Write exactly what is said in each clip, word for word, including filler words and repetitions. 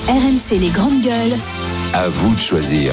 R M C les grandes gueules. À vous de choisir.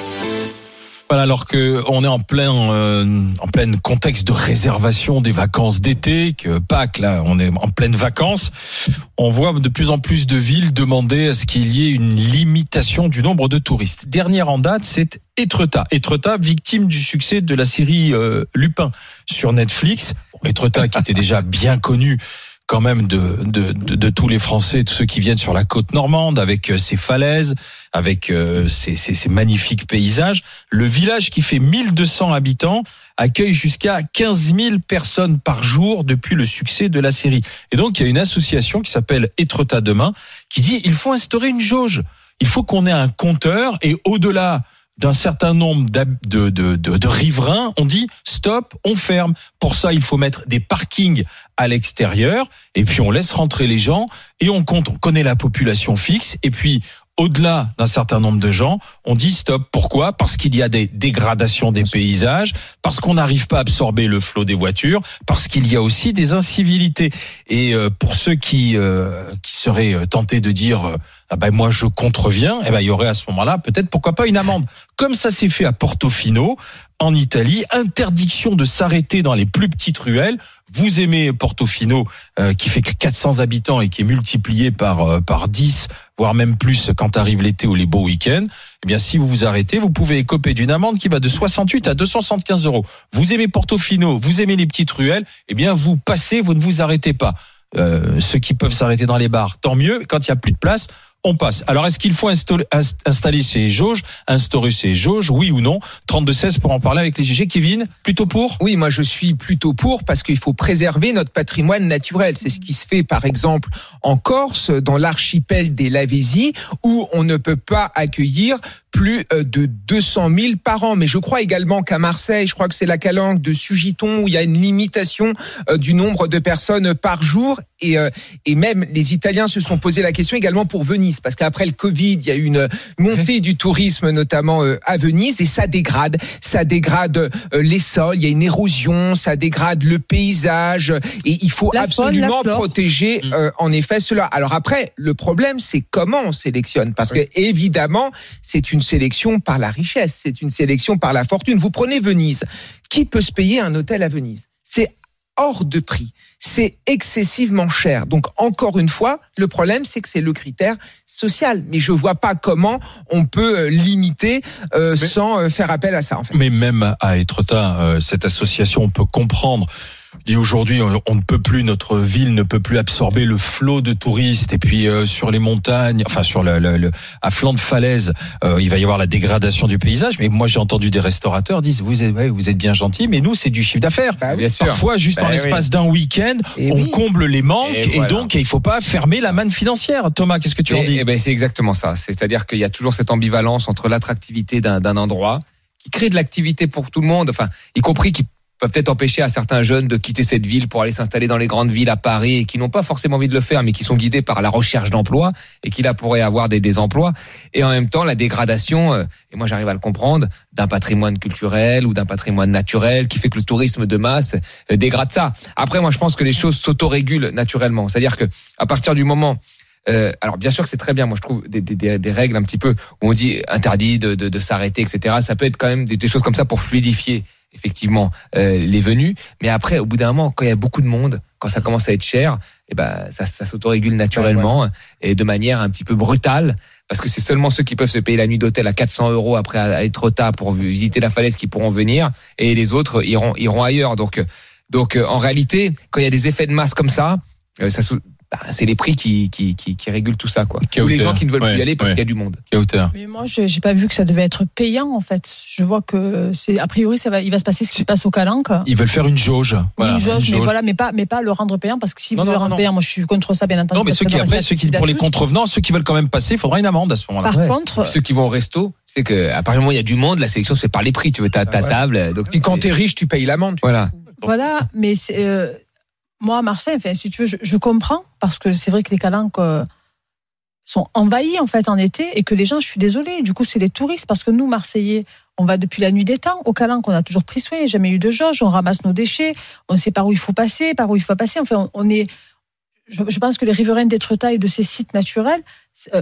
Voilà, alors que on est en plein euh, en plein contexte de réservation des vacances d'été, que Pâques là, on est en pleine vacances, on voit de plus en plus de villes demander à ce qu'il y ait une limitation du nombre de touristes. Dernière en date, c'est Étretat. Étretat, victime du succès de la série euh, Lupin sur Netflix. Bon, Étretat qui était déjà bien connu quand même de, de, de, de tous les Français, de ceux qui viennent sur la côte normande, avec ses falaises, avec euh, ses, ses, ses magnifiques paysages. Le village qui fait mille deux cents habitants accueille jusqu'à quinze mille personnes par jour depuis le succès de la série. Et donc, il y a une association qui s'appelle Étretat Demain qui dit il faut instaurer une jauge. Il faut qu'on ait un compteur et au-delà d'un certain nombre de, de, de, de riverains, on dit stop, on ferme. Pour ça, il faut mettre des parkings à l'extérieur et puis on laisse rentrer les gens et on compte, on connaît la population fixe et puis au-delà d'un certain nombre de gens, on dit stop. Pourquoi ? Parce qu'il y a des dégradations des paysages, parce qu'on n'arrive pas à absorber le flot des voitures, parce qu'il y a aussi des incivilités. Et euh, pour ceux qui euh, qui seraient tentés de dire euh, ah ben moi je contreviens, eh ben il y aurait à ce moment-là peut-être pourquoi pas une amende. Comme ça s'est fait à Portofino en Italie, interdiction de s'arrêter dans les plus petites ruelles. Vous aimez Portofino, euh, qui fait que quatre cents habitants et qui est multiplié par euh, par dix, voire même plus quand arrive l'été ou les beaux week-ends. Eh bien, si vous vous arrêtez, vous pouvez écoper d'une amende qui va de soixante-huit à deux cent soixante-quinze euros. Vous aimez Portofino, vous aimez les petites ruelles, eh bien, vous passez, vous ne vous arrêtez pas. Euh, ceux qui peuvent s'arrêter dans les bars, tant mieux. Quand il n'y a plus de place, on passe. Alors, est-ce qu'il faut installer, installer ces jauges, instaurer ces jauges, oui ou non ? trente-deux seize pour en parler avec les G G. Kevin, plutôt pour ? Oui, moi je suis plutôt pour parce qu'il faut préserver notre patrimoine naturel. C'est ce qui se fait par exemple en Corse, dans l'archipel des Lavésies, où on ne peut pas accueillir plus de deux cent mille par an. Mais je crois également qu'à Marseille, je crois que c'est la calanque de Sugiton, où il y a une limitation du nombre de personnes par jour. Et, et même les Italiens se sont posé la question également pour Venise, parce qu'après le Covid, il y a eu une montée du tourisme, notamment à Venise, et ça dégrade, ça dégrade les sols, il y a une érosion, ça dégrade le paysage, et il faut la absolument faune, protéger mmh. euh, en effet cela. Alors après, le problème, c'est comment on sélectionne, parce oui. que évidemment, c'est une sélection par la richesse, c'est une sélection par la fortune. Vous prenez Venise, qui peut se payer un hôtel à Venise ? C'est hors de prix, c'est excessivement cher. Donc encore une fois, le problème c'est que c'est le critère social. Mais je vois pas comment on peut limiter euh, mais, sans faire appel à ça. En fait. Mais même à Étretat, euh, cette association, on peut comprendre. Dit aujourd'hui, on, on ne peut plus, notre ville ne peut plus absorber le flot de touristes. Et puis euh, sur les montagnes, enfin sur le, le, le à flanc de falaise, euh, il va y avoir la dégradation du paysage. Mais moi, j'ai entendu des restaurateurs dire vous êtes, ouais, vous êtes bien gentils, mais nous, c'est du chiffre d'affaires. Bah, bien sûr. Parfois, juste bah, en l'espace oui. d'un week-end, et on oui. comble les manques et, et voilà. donc il faut pas fermer la manne financière. Thomas, qu'est-ce que tu et, en dis ? Eh ben, c'est exactement ça. C'est-à-dire qu'il y a toujours cette ambivalence entre l'attractivité d'un, d'un endroit qui crée de l'activité pour tout le monde, enfin, y compris qui peut peut-être empêcher à certains jeunes de quitter cette ville pour aller s'installer dans les grandes villes à Paris et qui n'ont pas forcément envie de le faire, mais qui sont guidés par la recherche d'emploi et qui là pourraient avoir des, des emplois. Et en même temps, la dégradation, euh, et moi j'arrive à le comprendre, d'un patrimoine culturel ou d'un patrimoine naturel qui fait que le tourisme de masse euh, dégrade ça. Après, moi je pense que les choses s'autorégulent naturellement. C'est-à-dire que à partir du moment Euh, alors bien sûr que c'est très bien, moi je trouve des, des, des règles un petit peu où on dit interdit de, de, de s'arrêter, et cetera. Ça peut être quand même des, des choses comme ça pour fluidifier effectivement euh, les venues. Mais après, au bout d'un moment, quand il y a beaucoup de monde, quand ça commence à être cher, et ben ça, ça s'autorégule naturellement ouais, ouais. et de manière un petit peu brutale. Parce que c'est seulement ceux qui peuvent se payer la nuit d'hôtel à quatre cents euros après à Étretat pour visiter la falaise qui pourront venir, et les autres iront iront ailleurs. Donc donc en réalité, quand il y a des effets de masse comme ça, ça Bah, c'est les prix qui qui qui, qui régulent tout ça, quoi. Ou les gens qui ne veulent ouais, plus y aller parce ouais. qu'il y a du monde. Mais moi, je j'ai pas vu que ça devait être payant en fait. Je vois que c'est a priori ça va, il va se passer ce qui se passe au Calanque. Ils veulent faire une jauge. Voilà, une jauge, une jauge. mais voilà, mais pas mais pas le rendre payant parce que si vous le rendez payant, moi je suis contre ça bien entendu. Non, mais ceux qui après, ceux qui pour les contrevenants, ceux qui veulent quand même passer, il faudra une amende à ce moment-là. Par ouais. contre, ceux qui vont au resto, c'est que à partir du moment où il y a du monde, la sélection se fait par les prix. Tu veux ta, ta ah ouais. table, donc puis quand t'es riche, tu payes l'amende. Voilà. Voilà, mais c'est euh, moi, à Marseille, enfin, si tu veux, je, je comprends, parce que c'est vrai que les calanques euh, sont envahis, en fait, en été, et que les gens, je suis désolée, du coup, c'est les touristes, parce que nous, Marseillais, on va depuis la nuit des temps au calanque, on a toujours pris soin, il n'y a jamais eu de jauge, on ramasse nos déchets, on sait par où il faut passer, par où il faut pas passer, enfin, on, on est, je, je pense que les riverains d'Étretat et de ces sites naturels, euh,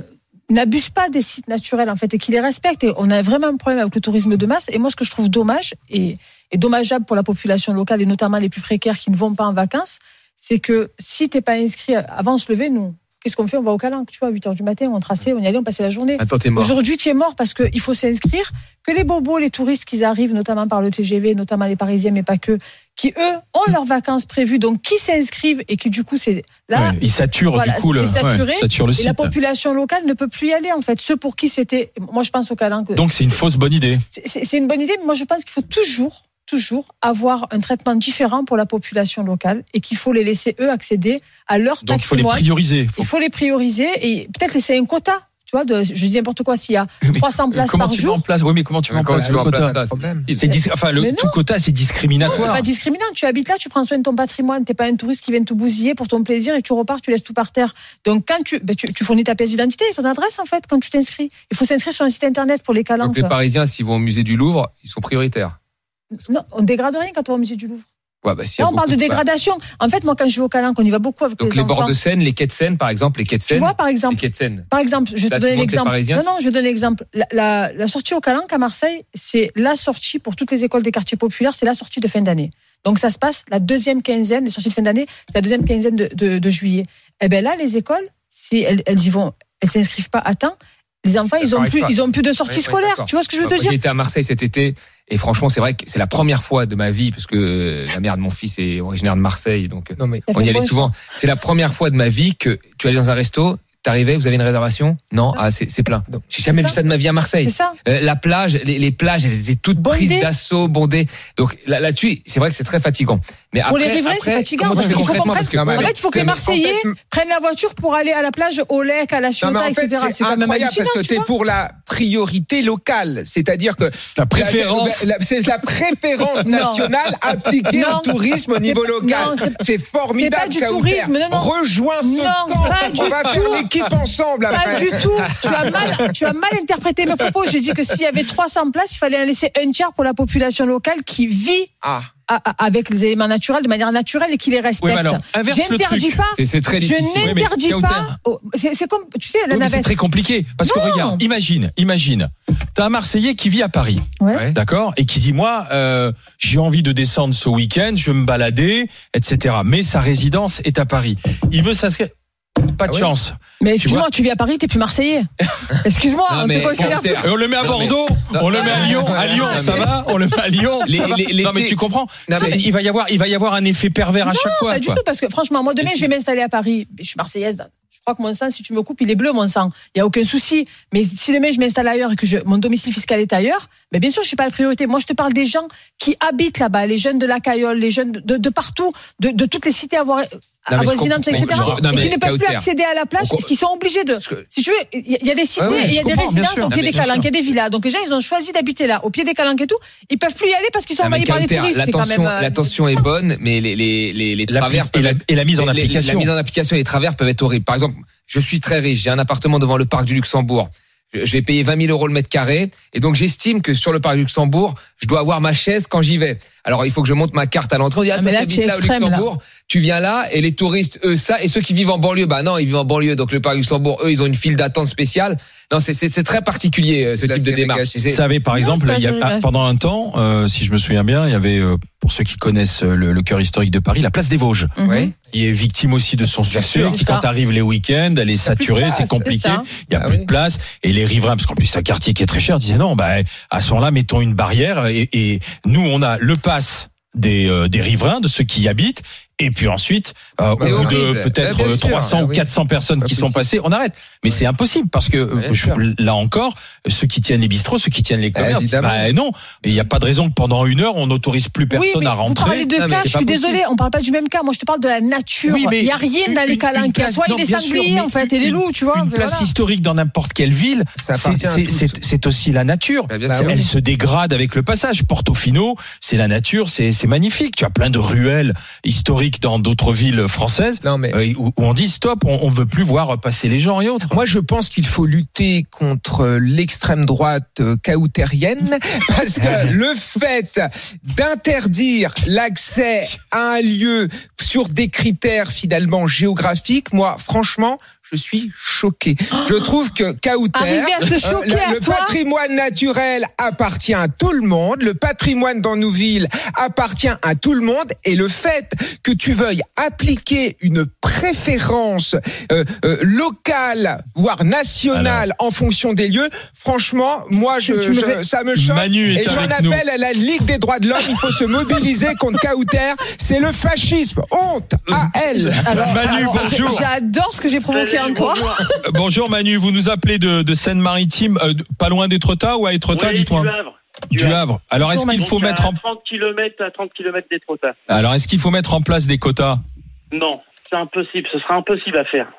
n'abusent pas des sites naturels en fait et qui les respectent. Et on a vraiment un problème avec le tourisme de masse. Et moi, ce que je trouve dommage et, et dommageable pour la population locale et notamment les plus précaires qui ne vont pas en vacances, c'est que si t'es pas inscrit avant de se lever, nous, qu'est-ce qu'on fait? On va au Calanque, tu vois, à huit heures du matin, on traçait, on y allait, on passait la journée. Attends, t'es mort. Aujourd'hui, tu es mort parce qu'il faut s'inscrire. Que les bobos, les touristes qui arrivent, notamment par le T G V, notamment les Parisiens, mais pas que, qui eux ont leurs vacances prévues, donc qui s'inscrivent et qui du coup c'est là, ouais, ils saturent voilà, du coup le, saturé, ouais, saturent le et site. la population locale ne peut plus y aller en fait. Ceux pour qui c'était, moi je pense au Calanque. Donc c'est une fausse bonne idée. C'est, c'est une bonne idée, mais moi je pense qu'il faut toujours, toujours avoir un traitement différent pour la population locale et qu'il faut les laisser eux accéder à leur Donc il faut les patrimoine. prioriser. Faut... Il faut les prioriser et peut-être laisser un quota. Tu vois, de, je dis n'importe quoi, s'il y a trois cents places comment par tu jour. mets en place Oui, mais comment tu mets en Comment place tu le mets en quota place C'est dis... enfin le tout quota, c'est Non, discriminatoire. c'est pas discriminant. Tu habites là, tu prends soin de ton patrimoine. T'es pas un touriste qui vient te bousiller pour ton plaisir et tu repars, tu laisses tout par terre. Donc quand tu, ben, tu, tu fournis ta pièce d'identité et ton adresse en fait quand tu t'inscris. Il faut s'inscrire sur un site internet pour les calanques. Donc les Parisiens, s'ils vont au musée du Louvre, ils sont prioritaires. Non, on dégrade rien quand on va au musée du Louvre. Ouais, bah, si Là, on parle de dégradation. En fait, moi, quand je vais au Calanque, on y va beaucoup avec Donc les, les enfants. bords de Seine, les quais de Seine, par exemple, les quais de Tu Seine. vois, par Les exemple, quais de Seine. par exemple, je vais te Là, donner tout le monde, l'exemple. les Parisiens. Non, non, je vais donner l'exemple. La, la, la sortie au Calanque à Marseille, c'est la sortie pour toutes les écoles des quartiers populaires, c'est la sortie de fin d'année. Donc ça se passe la deuxième quinzaine, les sorties de fin d'année, c'est la deuxième quinzaine de, de, de juillet. Et bien là, les écoles, si elles, elles y vont, elles s'inscrivent pas à temps. Les enfants, ils ont plus, ils ont plus de sorties Oui, oui, scolaires. d'accord. Tu vois ce que je veux Moi, te dire? J'ai été à Marseille cet été et franchement, c'est vrai que c'est la première fois de ma vie parce que la mère de mon fils est originaire de Marseille, donc Non, mais Ça on fait y allait bon souvent. C'est la première fois de ma vie que tu allais dans un resto, t'arrivais, vous avez une réservation? Non, ah c'est c'est plein. Non. J'ai jamais C'est vu ça de ma vie à Marseille. C'est ça. Euh, la plage, les, les plages, elles étaient toutes Bondées. prises d'assaut, bondées. Donc là, là-dessus, c'est vrai que c'est très fatigant. Mais Pour après, les riverains, c'est après, fatigant. comment Parce tu fais qu'il faut concrètement qu'on parce que Non, mais En fait, il faut que c'est- les Marseillais en fait, prennent la voiture pour aller à la plage, au Lec, à la Non, mais Ciotat, en fait, et cetera. c'est C'est quand même incroyable hallucinant, parce que tu t'es vois. pour la priorité locale, c'est-à-dire que La préférence. la- la- c'est la préférence Non. nationale appliquée Non. au tourisme au niveau C'est- local. non, c'est- C'est formidable. c'est pas du Kauter. tourisme, non, non. Rejoins ce Non, camp. pas du On va faire tout. l'équipe ensemble Pas après. du tout. Tu as mal, tu as mal interprété mes propos. J'ai dit que s'il y avait trois cents places, il fallait en laisser un tiers pour la population locale qui vit Ah. à- à- avec les éléments naturels de manière naturelle et qui les respecte. Oui, mais alors, inverse le J'interdis truc. pas. c'est c'est très Je difficile. Oui, mais n'interdis Kauter. pas. Oh, C'est c'est comme, tu sais, la Oui, mais c'est navette. très compliqué parce que Non. regarde, imagine, imagine, t'as un Marseillais qui vit à Paris, Ouais. Ouais. d'accord, et qui dit moi, euh, j'ai envie de descendre ce week-end, je veux me balader, et cetera. Mais sa résidence est à Paris. Il veut s'inscrire. Pas de Ah ouais. chance. Mais Tu excuse-moi, vois tu vis à Paris, t'es plus Marseillais. Excuse-moi, Non, on mais te considère Kauter, plus. Et on le met à Non, mais- Bordeaux, non, on le met à non, Lyon, non, à Lyon, non, ça mais- va, on le met à Lyon, Les- ça va. les- Non mais l'été- tu comprends Non, Ça, mais- il va y avoir, il va y avoir un effet pervers à chaque fois. Pas du quoi. tout, parce que franchement, moi demain, Mais je si- vais m'installer à Paris. Je suis marseillaise. Je crois que mon sang, si tu me coupes, il est bleu, mon sang. Il y a aucun souci. Mais si demain je m'installe ailleurs et que je, mon domicile fiscal est ailleurs, mais bien sûr, je suis pas la priorité. Moi, je te parle des gens qui habitent là-bas, les jeunes de la Cayolle, les jeunes de, de partout, de, de toutes les cités avoir mais je avoisinantes, comprends- et cetera. je- non, et mais qui ne peuvent plus Kauter. accéder à la plage, On- parce qu'ils sont obligés de. Parce que- Si tu veux, il y a- il y a des cités Ouais, ouais, et il y je a des comprends, bien résidences sûr. au Non, pied mais des bien calanques, il sûr. y a des villas. Donc les gens, ils ont choisi d'habiter là, au pied des calanques et tout. Ils peuvent plus y aller parce qu'ils sont Non, mais envahis par les Kauter, touristes. C'est quand l'attention, même, euh, l'attention est bonne, mais les les les, les La- travers et, peuvent la, être- et la mise en les- les- application. La mise en application et les travers peuvent être horribles. Par exemple, je suis très riche, j'ai un appartement devant le parc du Luxembourg. Je je vais payer vingt mille euros le mètre carré, et donc j'estime que sur le parc du Luxembourg, je dois avoir ma chaise quand j'y vais. Alors il faut que je monte ma carte à l'entrée. On dit, ah, Ah, mais toi, là, t'habites tu es là au extrême, Luxembourg, tu viens là, et les touristes, eux, ça, et ceux qui vivent en banlieue, bah non, ils vivent en banlieue, donc le parc du Luxembourg, eux, ils ont une file d'attente spéciale. Non, c'est c'est c'est très particulier euh, ce La type de démarche. ségrégation. C'est- Vous savez, par Non, exemple, c'est pas il y a, vrai. pendant un temps, euh, si je me souviens bien, il y avait, euh, pour ceux qui connaissent euh, le, le cœur historique de Paris, la place des Vosges, Mhm. Ouais. qui est victime aussi de son Bien succès, sûr. qui quand Ça. arrive les week-ends, elle est plus de saturée, place, c'est compliqué, c'est ça. il y a Ah plus oui. de place, et les riverains, parce qu'en plus c'est un quartier qui est très cher, disaient non, bah, à ce moment-là, mettons une barrière, et, et nous, on a le pass des, euh, des riverains, de ceux qui y habitent, et puis ensuite, euh, au C'est bout de horrible. peut-être Bah, bien euh, sûr. trois cents Ah ou oui. quatre cents personnes Pas qui sont possible. passées, on arrête. Mais c'est impossible parce que euh, Bien je- sûr. là encore, ceux qui tiennent les bistrots, ceux qui tiennent les commerces, évidemment. bah non, il n'y a pas de raison que pendant une heure on n'autorise plus personne oui, mais à vous rentrer. parlez de Non, mais cas, c'est je pas suis possible. désolée, on parle pas du même cas. Moi, je te parle de la nature. Oui, mais il y a rien une- dans les une- calanques. une Il y a place- toi, il y a non, des bien sûr, sangliers, mais en fait, et les une- loups, tu vois. Une place voilà. historique dans n'importe quelle ville, Ça c'est- appartient à c'est tous. c'est- c'est aussi la nature. Bah, bien Bah sûr. oui. Elle se dégrade avec le passage. Portofino, c'est la nature, c'est c'est magnifique. Tu as plein de ruelles historiques dans d'autres villes françaises Non, mais euh, où, où on dit stop, on, on veut plus voir passer les gens et autres. moi, je pense qu'il faut lutter contre l'extrême droite euh, cautérienne parce que le fait d'interdire l'accès à un lieu sur des critères finalement géographiques, moi, franchement, je suis choqué. Je trouve que Kauter, Arriver à te choquer, euh, à le toi. patrimoine naturel appartient à tout le monde, le patrimoine dans nos villes appartient à tout le monde, et le fait que tu veuilles appliquer une préférence euh, euh, locale, voire nationale, en fonction des lieux, franchement, moi, je, Tu me je- fais- ça me choque. Manu est Et j'en avec nous. appelle à la Ligue des droits de l'homme. Il faut se mobiliser contre Kauter. C'est le fascisme. Honte à elle. Alors, Manu, alors, bonjour. J'adore ce que j'ai provoqué en toi. Euh, Bonjour Manu, vous nous appelez de, de Seine-Maritime, euh, pas loin d'Étretat ou à Étretat, Oui, dites-moi. du Havre. Du Havre. Alors est-ce qu'il Donc, faut mettre à en trente kilomètres à trente kilomètres d'Étretat. alors est-ce qu'il faut mettre en place des quotas? Non, c'est impossible. Ce sera impossible à faire.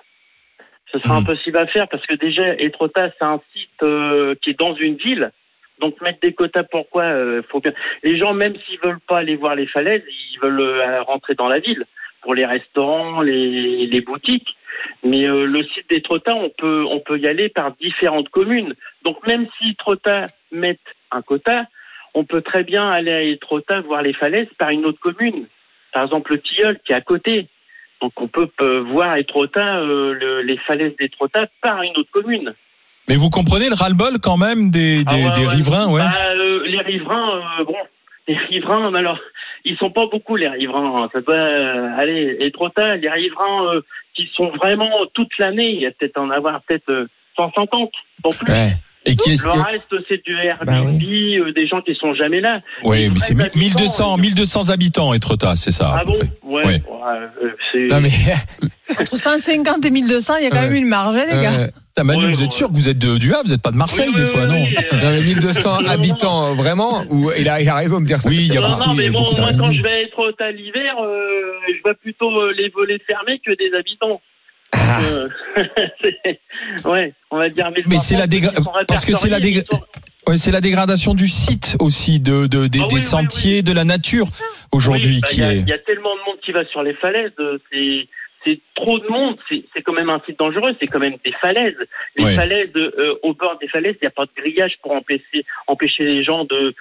Ce sera Mhm. impossible à faire parce que déjà, Étretat, c'est un site euh, qui est dans une ville. Donc mettre des quotas, pourquoi euh, faut bien. Les gens, même s'ils veulent pas aller voir les falaises, ils veulent euh, rentrer dans la ville pour les restaurants, les, les boutiques. Mais euh, le site d'Étretat, on peut on peut y aller par différentes communes. Donc même si Étretat met un quota, on peut très bien aller à Étretat voir les falaises par une autre commune. Par exemple, le Tilleul qui est à côté. Donc on peut euh, voir Étretat, euh, le, les falaises d'Étretat par une autre commune. Mais vous comprenez le ras-le-bol quand même des, des, Ah ouais, des ouais. riverains, ouais. Bah, euh, les riverains, euh, bon, les riverains, mais alors, ils sont pas beaucoup les riverains. Hein. Ça doit euh, aller Étretat, les riverains euh, qui sont vraiment toute l'année, il y a peut-être en avoir peut-être euh, cent cinquante, en plus. Ouais. Et qui est Le reste, c'est du Airbnb, Bah oui. euh, des gens qui sont jamais là. oui, Les mais c'est vrais mille deux cents, habitants, mille deux cents habitants Étretat, c'est ça. à Ah peu bon près. Ouais. Ouais. ouais, euh, c'est... Non mais Entre cent cinquante et mille deux cents, il y a quand même Ouais. une marge, hein, les gars. euh, Putain, Manu, Ouais, vous êtes ouais. sûr que vous êtes de, du Havre, vous n'êtes pas de Marseille Oui, des oui, fois, oui, non? oui, euh, non mais mille deux cents Non, non, habitants vraiment ou il a, il a raison de dire ça. Oui, il y a Non, beaucoup, non, il y a mais bon, beaucoup moi, d'Airbnb. quand je vais être hôte à l'hiver, euh, je vois plutôt euh, les volets fermés que des habitants. Ah. Euh, c'est- ouais, on va dire. Mais c'est la dégra- parce que c'est la dégra- Ouais, c'est la dégradation du site aussi, de, de, des, Ah oui, des oui, sentiers, oui. de la nature aujourd'hui Oui, bah, qui y a- est. Il y a tellement de monde qui va sur les falaises, euh, c'est c'est trop de monde. C'est c'est quand même un site dangereux. C'est quand même des falaises. Les Ouais. falaises, euh, au bord des falaises, il n'y a pas de grillage pour empêcher empêcher les gens de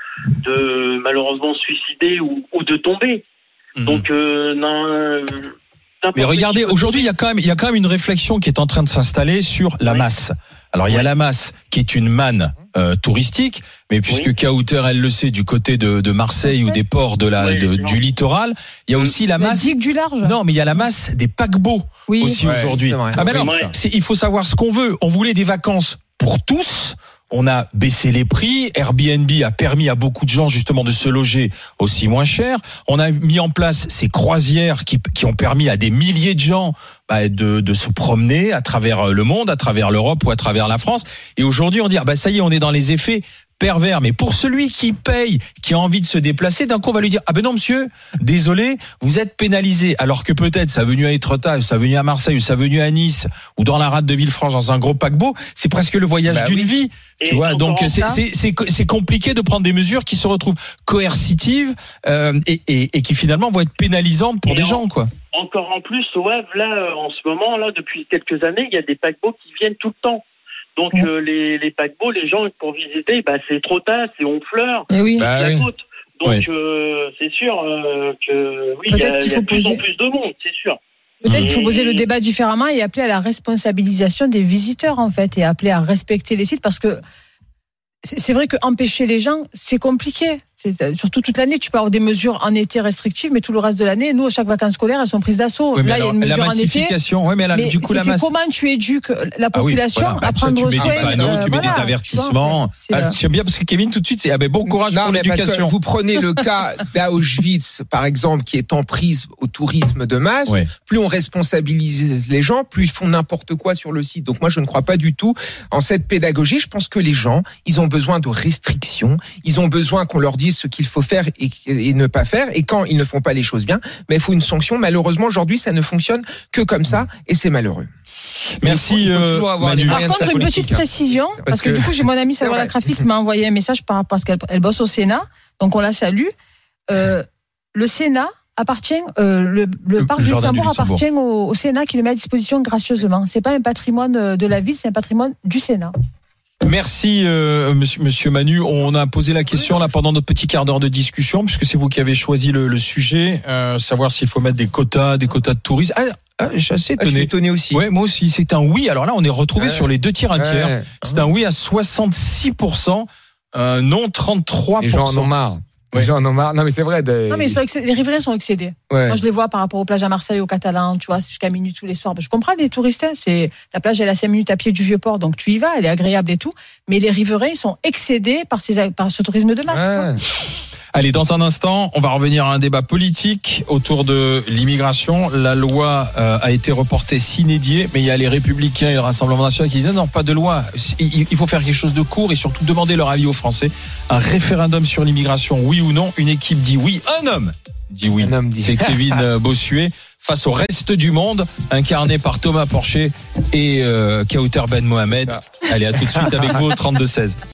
de malheureusement se suicider ou, ou de tomber. Mhm. Donc euh, non. euh, n'importe Mais regardez, qui peut aujourd'hui, il y a quand même, il y a quand même une réflexion qui est en train de s'installer sur la Oui. masse. Alors, il y a Oui. la masse qui est une manne euh, touristique, mais puisque Oui. Kauter, elle le sait, du côté de, de Marseille ou des ports de la, Oui, de- non. du littoral, il y a aussi la La masse. digue du large. Non, mais il y a la masse des paquebots Oui. aussi Ouais, aujourd'hui. c'est vrai. Ah ben non, Oui. c'est- il faut savoir ce qu'on veut. On voulait des vacances pour tous. On a baissé les prix. Airbnb a permis à beaucoup de gens justement de se loger aussi moins cher. On a mis en place ces croisières qui, qui ont permis à des milliers de gens bah, de, de se promener à travers le monde, à travers l'Europe ou à travers la France. Et aujourd'hui, on dit ah bah ça y est, on est dans les effets pervers. Mais pour celui qui paye, qui a envie de se déplacer, d'un coup on va lui dire ah ben non monsieur, désolé, vous êtes pénalisé. Alors que peut-être ça venu à Étretat, ça venu à Marseille, ou ça venu à Nice, ou dans la rade de Villefranche dans un gros paquebot, c'est presque le voyage Bah d'une oui. vie. Tu Et vois, encore donc c'est ça. c'est c'est c'est compliqué de prendre des mesures qui se retrouvent coercitives euh, et, et et qui finalement vont être pénalisantes pour Et des en- gens quoi. Encore en plus, au Havre, là, euh, en ce moment, là, depuis quelques années, il y a des paquebots qui viennent tout le temps. Donc, Ouais. euh, les, les paquebots, les gens, pour visiter, bah, c'est Étretat, c'est Honfleur, Eh oui. Bah la oui. côte. Donc, Ouais. euh, c'est sûr euh, que, oui, il y Peut-être a, qu'il il y a faut de plus en poser- plus de monde, c'est sûr. Peut-être qu'il faut Et- poser le débat différemment et appeler à la responsabilisation des visiteurs, en fait, et appeler à respecter les sites, parce que c'est c'est vrai qu'empêcher les gens, c'est compliqué. C'est, surtout toute l'année, tu peux avoir des mesures en été restrictives, mais tout le reste de l'année, nous, à chaque vacances scolaires, elles sont prises d'assaut. Oui, mais Là, il y a alors, une la mesure en été. massification, ouais, mais, là, Mais du coup c'est, la c'est masse. comment tu éduques la Ah oui, population voilà. à Bah, ça, prendre tu mets soin. des panneaux, euh, tu mets voilà, des avertissements. tu vois, Ah, c'est, j'aime bien parce que Kevin tout de suite c'est ah ben bon courage Non, pour mais parce que l'éducation. vous prenez le cas d'Auschwitz, par exemple, qui est en prise au tourisme de masse. Ouais. Plus on responsabilise les gens, plus ils font n'importe quoi sur le site. Donc moi, je ne crois pas du tout en cette pédagogie. Je pense que les gens, ils ont besoin de restrictions. Ils ont besoin qu'on leur dise ce qu'il faut faire et, et ne pas faire. Et quand ils ne font pas les choses bien, mais il faut une sanction. Malheureusement, aujourd'hui, ça ne fonctionne que comme ça, et c'est malheureux. Merci Il faut euh, toujours avoir Manu. les Par moyens de contre, sa une politique, petite hein. précision, parce, que, que- du coup, j'ai mon amie C'est Savoir la vrai. Trafic qui m'a envoyé un message par parce qu'elle elle bosse au Sénat, donc on la salue. Euh, le Sénat appartient, euh, le, le, Le parc du jardin du Luxembourg Luxembourg. appartient au, au Sénat qui le met à disposition gracieusement. C'est pas un patrimoine de la ville, c'est un patrimoine du Sénat. Merci, euh, monsieur, monsieur Manu. On a posé la question là pendant notre petit quart d'heure de discussion, puisque c'est vous qui avez choisi le, le sujet, euh, savoir s'il faut mettre des quotas, des quotas de tourisme. Ah, ah, je suis assez Ah, je suis étonné. étonné aussi. Ouais, moi aussi. C'est un oui. Alors là, on est retrouvé Ouais. sur les deux tiers, un tiers. Ouais. C'est un oui à soixante-six pour cent, euh, non trente-trois Les pour cent. gens en ont marre. Les Ouais. gens en ont marre. Non, mais c'est vrai. De... Non, mais ils sont excédés, les riverains sont excédés. Ouais. Moi, je les vois par rapport aux plages à Marseille, aux Catalans, tu vois, c'est jusqu'à minuit tous les soirs. Je comprends des touristes, hein, c'est, la plage, elle est à cinq minutes à pied du Vieux-Port, donc tu y vas, elle est agréable et tout. Mais les riverains, ils sont excédés par, ces, par ce tourisme de masse. quoi. Ouais. Allez, dans un instant, on va revenir à un débat politique autour de l'immigration. La loi euh, a été reportée sine die, mais il y a les Républicains et le Rassemblement national qui disent non, non, pas de loi. Il il faut faire quelque chose de court et surtout demander leur avis aux Français. Un référendum sur l'immigration, oui ou non? Une équipe dit oui, un homme dit oui. Un homme dit. C'est Kevin euh, Bossuet face au reste du monde, incarné par Thomas Porcher et euh, Kauter Ben Mohamed. Allez, à tout de suite avec vous au trente-deux seize.